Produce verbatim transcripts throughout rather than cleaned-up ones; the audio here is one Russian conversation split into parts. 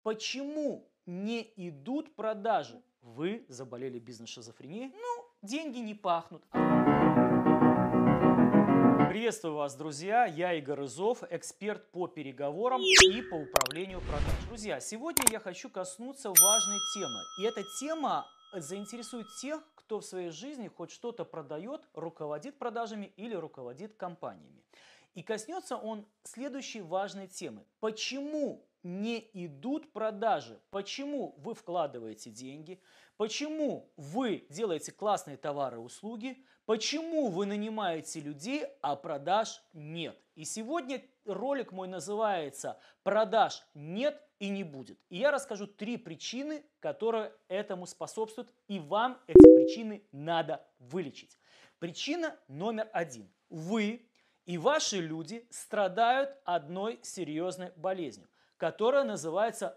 Почему не идут продажи? Вы заболели бизнес-шизофренией? Ну, деньги не пахнут. Приветствую вас, друзья! Я Игорь Изов, эксперт по переговорам и по управлению продаж. Друзья, сегодня я хочу коснуться важной темы. И эта тема заинтересует тех, кто в своей жизни хоть что-то продает, руководит продажами или руководит компаниями. И коснется он следующей важной темы. Почему не идут продажи? Почему вы вкладываете деньги? Почему вы делаете классные товары и услуги? Почему вы нанимаете людей, а продаж нет? И сегодня ролик мой называется «Продаж нет и не будет». И я расскажу три причины, которые этому способствуют, и вам эти причины надо вылечить. Причина номер один. Вы и ваши люди страдают одной серьезной болезнью, которая называется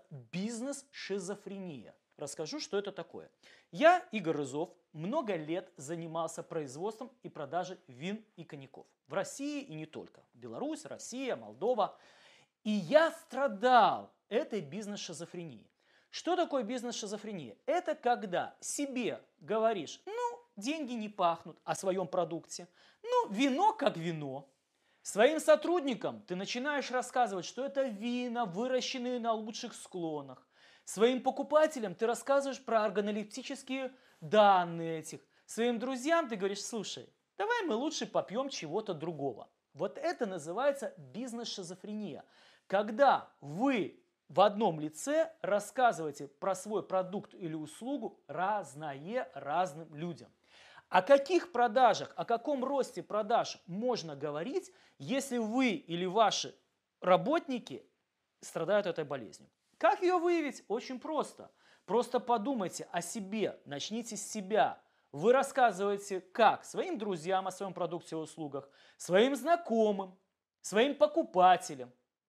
бизнес-шизофрения. Расскажу, что это такое. Я, Игорь Изов, много лет занимался производством и продажей вин и коньяков. В России и не только. Беларусь, Россия, Молдова. И я страдал этой бизнес-шизофренией. Что такое бизнес-шизофрения? Это когда себе говоришь, ну, деньги не пахнут о своем продукте, ну, вино как вино. Своим сотрудникам ты начинаешь рассказывать, что это вина, выращенные на лучших склонах. Своим покупателям ты рассказываешь про органолептические данные этих. Своим друзьям ты говоришь, слушай, давай мы лучше попьем чего-то другого. Вот это называется бизнес-шизофрения. Когда вы в одном лице рассказываете про свой продукт или услугу разное разным людям. О каких продажах, о каком росте продаж можно говорить, если вы или ваши работники страдают этой болезнью? Как ее выявить? Очень просто. Просто подумайте о себе, начните с себя. Вы рассказываете как? Своим друзьям о своем продукте и услугах, своим знакомым, своим покупателям.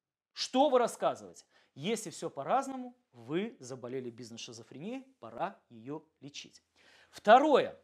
Что вы рассказываете? Если все по-разному, вы заболели бизнес-шизофренией, пора ее лечить. Второе.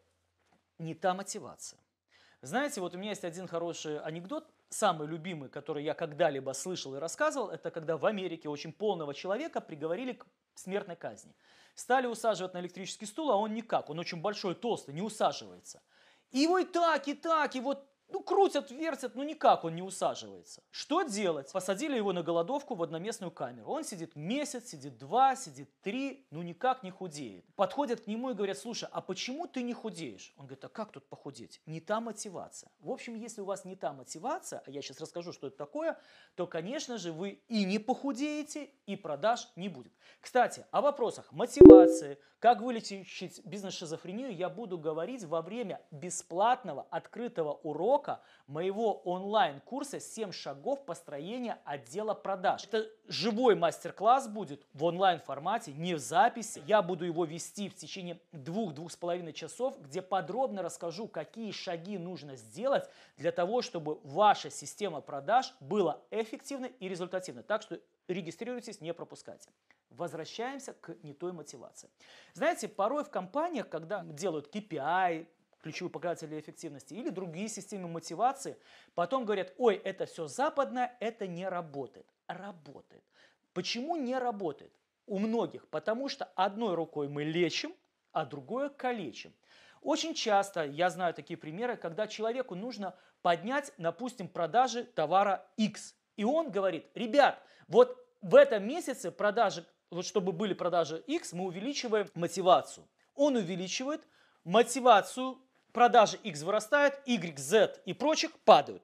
Не та мотивация. Знаете, вот у меня есть один хороший анекдот, самый любимый, который я когда-либо слышал и рассказывал, это когда в Америке очень полного человека приговорили к смертной казни. Стали усаживать на электрический стул, а он никак, он очень большой, толстый, не усаживается. И его и так, и так, и вот ну, крутят, вертят, но никак он не усаживается. Что делать? Посадили его на голодовку в одноместную камеру. Он сидит месяц, сидит два, сидит три, ну никак не худеет. Подходят к нему и говорят, слушай, а почему ты не худеешь? Он говорит, а как тут похудеть? Не та мотивация. В общем, если у вас не та мотивация, а я сейчас расскажу, что это такое, то, конечно же, вы и не похудеете, и продаж не будет. Кстати, о вопросах мотивации, как вылечить бизнес-шизофрению, я буду говорить во время бесплатного открытого урока моего онлайн-курса «семь шагов построения отдела продаж». Это живой мастер-класс будет в онлайн-формате, не в записи. Я буду его вести в течение двух-двух с половиной часов, где подробно расскажу, какие шаги нужно сделать для того, чтобы ваша система продаж была эффективной и результативной. Так что регистрируйтесь, не пропускайте. Возвращаемся к не той мотивации. Знаете, порой в компаниях, когда делают кей пи ай, ключевые показатели эффективности, или другие системы мотивации, потом говорят, ой, это все западное, это не работает. Работает. Почему не работает? У многих, потому что одной рукой мы лечим, а другой калечим. Очень часто, я знаю такие примеры, когда человеку нужно поднять, допустим, продажи товара X. И он говорит, ребят, вот в этом месяце продажи, вот чтобы были продажи X, мы увеличиваем мотивацию. Он увеличивает мотивацию, продажи X вырастают, Y, Z и прочих падают.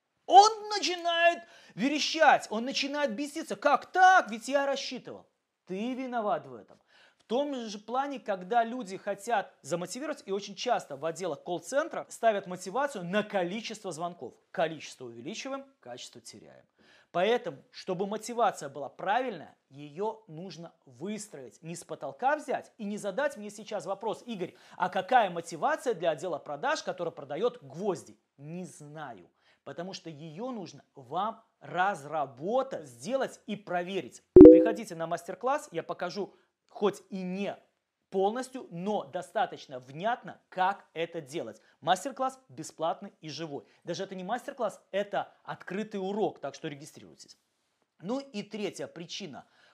Он начинает верещать, он начинает беситься. Как так? Ведь я рассчитывал. Ты виноват в этом. В том же плане, когда люди хотят замотивировать, и очень часто в отделах колл-центра ставят мотивацию на количество звонков. Количество увеличиваем, качество теряем. Поэтому, чтобы мотивация была правильная, ее нужно выстроить. Не с потолка взять и не задать мне сейчас вопрос, Игорь, а какая мотивация для отдела продаж, который продает гвозди? Не знаю. Потому что ее нужно вам разработать, сделать и проверить. Приходите на мастер-класс, я покажу хоть и не полностью, но достаточно внятно, как это делать. Мастер-класс бесплатный и живой. Даже это не мастер-класс, это открытый урок, так что регистрируйтесь. Ну и третья причина,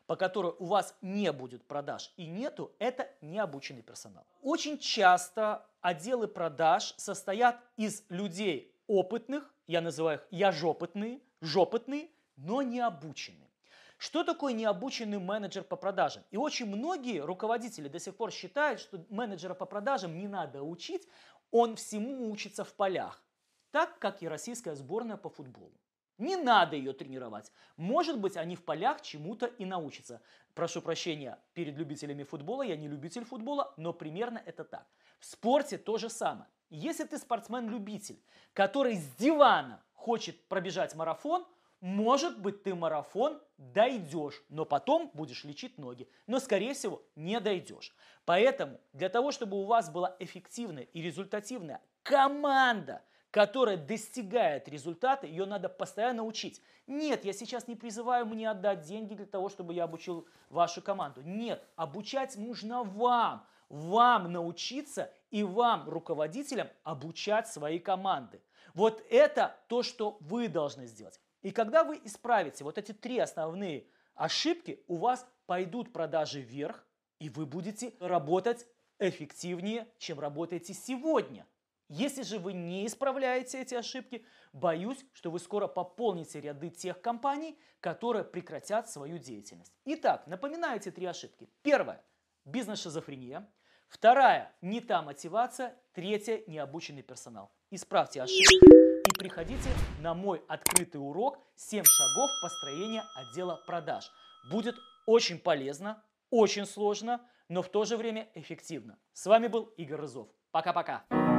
по которой у вас не будет продаж и нету, это необученный персонал. Очень часто отделы продаж состоят из людей опытных, я называю их яжопытные, жопытные, но не обученные. Что такое необученный менеджер по продажам? И очень многие руководители до сих пор считают, что менеджера по продажам не надо учить, он всему учится в полях. Так, как и российская сборная по футболу. Не надо ее тренировать. Может быть, они в полях чему-то и научатся. Прошу прощения перед любителями футбола, я не любитель футбола, но примерно это так. В спорте то же самое. Если ты спортсмен-любитель, который с дивана хочет пробежать марафон, может быть, ты марафон дойдешь, но потом будешь лечить ноги. Но, скорее всего, не дойдешь. Поэтому для того, чтобы у вас была эффективная и результативная команда, которая достигает результата, ее надо постоянно учить. Нет, я сейчас не призываю мне отдать деньги для того, чтобы я обучил вашу команду. Нет, обучать нужно вам. Вам научиться и вам, руководителям, обучать свои команды. Вот это то, что вы должны сделать. И когда вы исправите вот эти три основные ошибки, у вас пойдут продажи вверх, и вы будете работать эффективнее, чем работаете сегодня. Если же вы не исправляете эти ошибки, боюсь, что вы скоро пополните ряды тех компаний, которые прекратят свою деятельность. Итак, напоминаю эти три ошибки. Первое – бизнес-шизофрения. Вторая – не та мотивация. Третья – необученный персонал. Исправьте ошибки и приходите на мой открытый урок семь шагов построения отдела продаж. Будет очень полезно, очень сложно, но в то же время эффективно. С вами был Игорь Рызов. Пока-пока.